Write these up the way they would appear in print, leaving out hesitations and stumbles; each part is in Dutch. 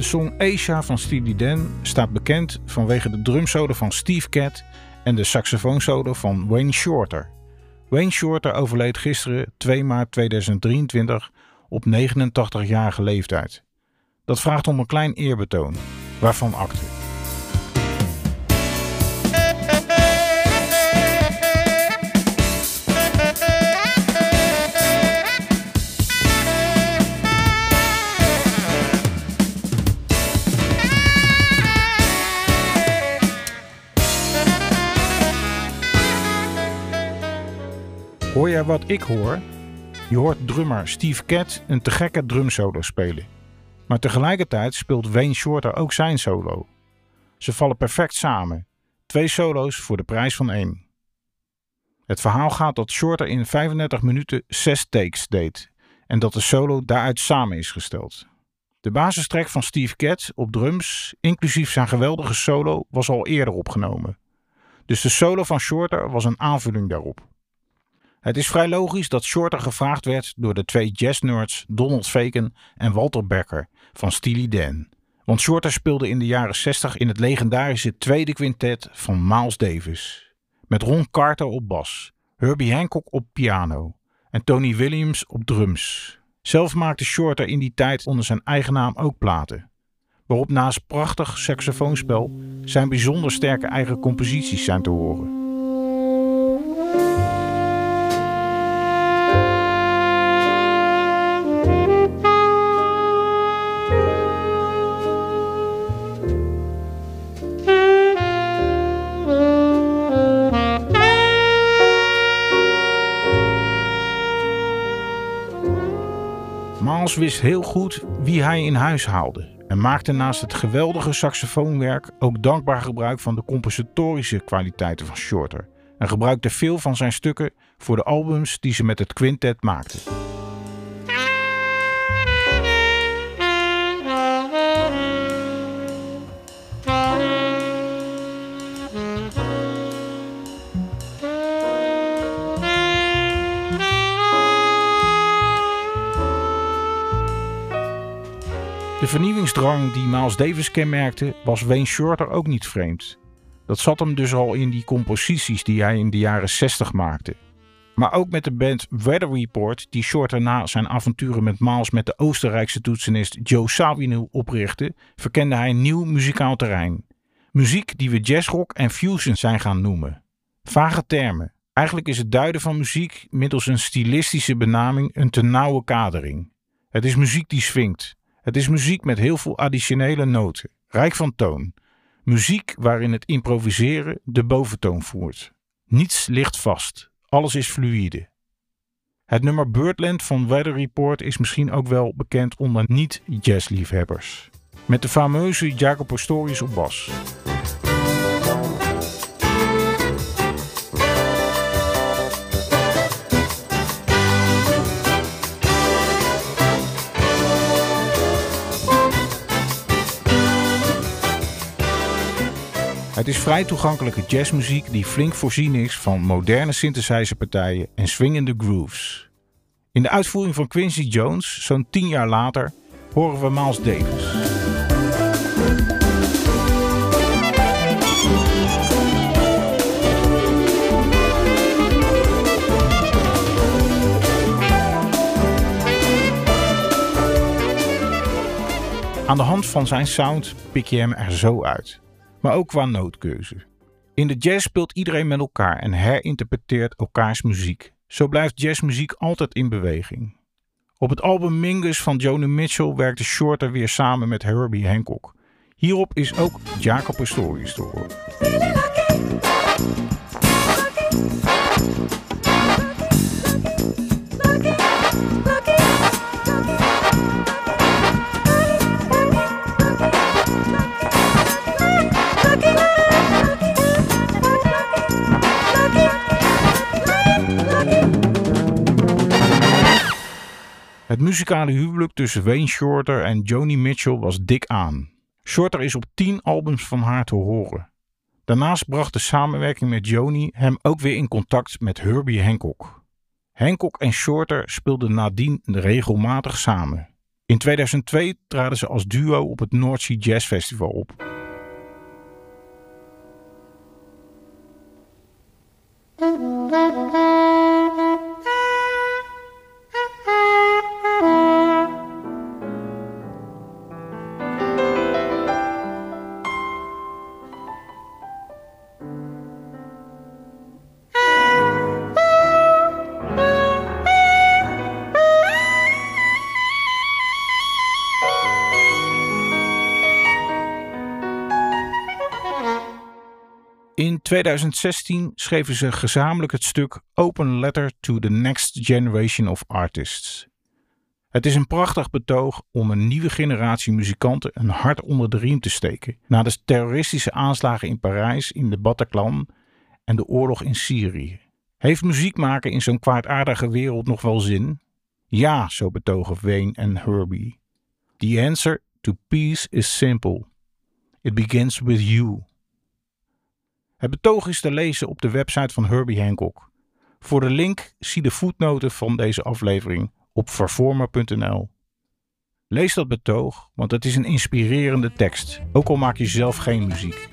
song Asia van Steely Dan staat bekend vanwege de drumsolo van Steve Gadd en de saxofoonsolo van Wayne Shorter. Wayne Shorter overleed gisteren 2 maart 2023 op 89-jarige leeftijd. Dat vraagt om een klein eerbetoon, waarvan akte. Hoor jij wat ik hoor? Je hoort drummer Steve Gadd een te gekke drumsolo spelen. Maar tegelijkertijd speelt Wayne Shorter ook zijn solo. Ze vallen perfect samen. 2 solo's voor de prijs van 1. Het verhaal gaat dat Shorter in 35 minuten 6 takes deed. En dat de solo daaruit samen is gesteld. De basistrack van Steve Gadd op drums, inclusief zijn geweldige solo, was al eerder opgenomen. Dus de solo van Shorter was een aanvulling daarop. Het is vrij logisch dat Shorter gevraagd werd door de 2 jazznerds Donald Fagen en Walter Becker van Steely Dan. Want Shorter speelde in de jaren 60 in het legendarische tweede quintet van Miles Davis. Met Ron Carter op bas, Herbie Hancock op piano en Tony Williams op drums. Zelf maakte Shorter in die tijd onder zijn eigen naam ook platen. Waarop naast prachtig saxofoonspel zijn bijzonder sterke eigen composities zijn te horen. Miles wist heel goed wie hij in huis haalde en maakte naast het geweldige saxofoonwerk ook dankbaar gebruik van de compositorische kwaliteiten van Shorter en gebruikte veel van zijn stukken voor de albums die ze met het quintet maakten. De vernieuwingsdrang die Miles Davis kenmerkte was Wayne Shorter ook niet vreemd. Dat zat hem dus al in die composities die hij in de jaren 60 maakte. Maar ook met de band Weather Report die Shorter na zijn avonturen met Miles met de Oostenrijkse toetsenist Joe Zawinul oprichtte, verkende hij nieuw muzikaal terrein. Muziek die we jazzrock en fusion zijn gaan noemen. Vage termen. Eigenlijk is het duiden van muziek middels een stilistische benaming een te nauwe kadering. Het is muziek die swingt. Het is muziek met heel veel additionele noten, rijk van toon. Muziek waarin het improviseren de boventoon voert. Niets ligt vast, alles is fluïde. Het nummer Birdland van Weather Report is misschien ook wel bekend onder niet-jazzliefhebbers. Met de fameuze Jaco Pastorius op bas. Het is vrij toegankelijke jazzmuziek die flink voorzien is van moderne synthesizerpartijen en swingende grooves. In de uitvoering van Quincy Jones, zo'n 10 jaar later, horen we Miles Davis. Aan de hand van zijn sound pik je hem er zo uit. Maar ook qua nootkeuze. In de jazz speelt iedereen met elkaar en herinterpreteert elkaars muziek. Zo blijft jazzmuziek altijd in beweging. Op het album Mingus van Joni Mitchell werkte Shorter weer samen met Herbie Hancock. Hierop is ook Jaco Pastorius te horen. Het muzikale huwelijk tussen Wayne Shorter en Joni Mitchell was dik aan. Shorter is op 10 albums van haar te horen. Daarnaast bracht de samenwerking met Joni hem ook weer in contact met Herbie Hancock. Hancock en Shorter speelden nadien regelmatig samen. In 2002 traden ze als duo op het North Sea Jazz Festival op. In 2016 schreven ze gezamenlijk het stuk Open Letter to the Next Generation of Artists. Het is een prachtig betoog om een nieuwe generatie muzikanten een hart onder de riem te steken na de terroristische aanslagen in Parijs, in de Bataclan en de oorlog in Syrië. Heeft muziek maken in zo'n kwaadaardige wereld nog wel zin? Ja, zo betogen Wayne en Herbie. The answer to peace is simple. It begins with you. Het betoog is te lezen op de website van Herbie Hancock. Voor de link zie de voetnoten van deze aflevering op vervormer.nl. Lees dat betoog, want het is een inspirerende tekst, ook al maak je zelf geen muziek.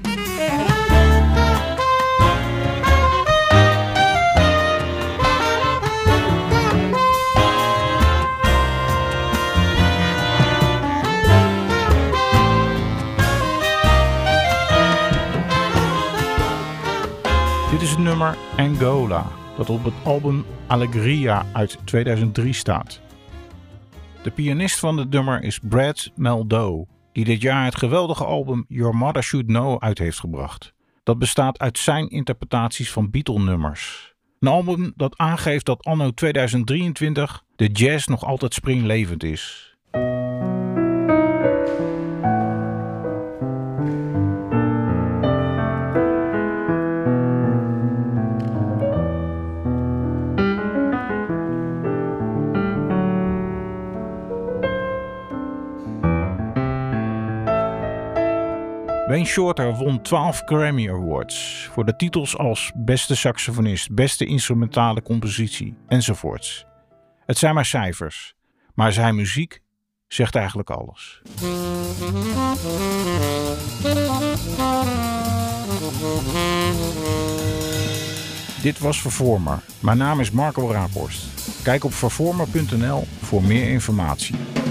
Dit is het nummer Angola, dat op het album Alegria uit 2003 staat. De pianist van het nummer is Brad Mehldau, die dit jaar het geweldige album Your Mother Should Know uit heeft gebracht. Dat bestaat uit zijn interpretaties van Beatle-nummers. Een album dat aangeeft dat anno 2023 de jazz nog altijd springlevend is. Wayne Shorter won 12 Grammy Awards voor de titels als beste saxofonist, beste instrumentale compositie enzovoorts. Het zijn maar cijfers, maar zijn muziek zegt eigenlijk alles. Dit was Vervormer. Mijn naam is Marco Raaphorst. Kijk op vervormer.nl voor meer informatie.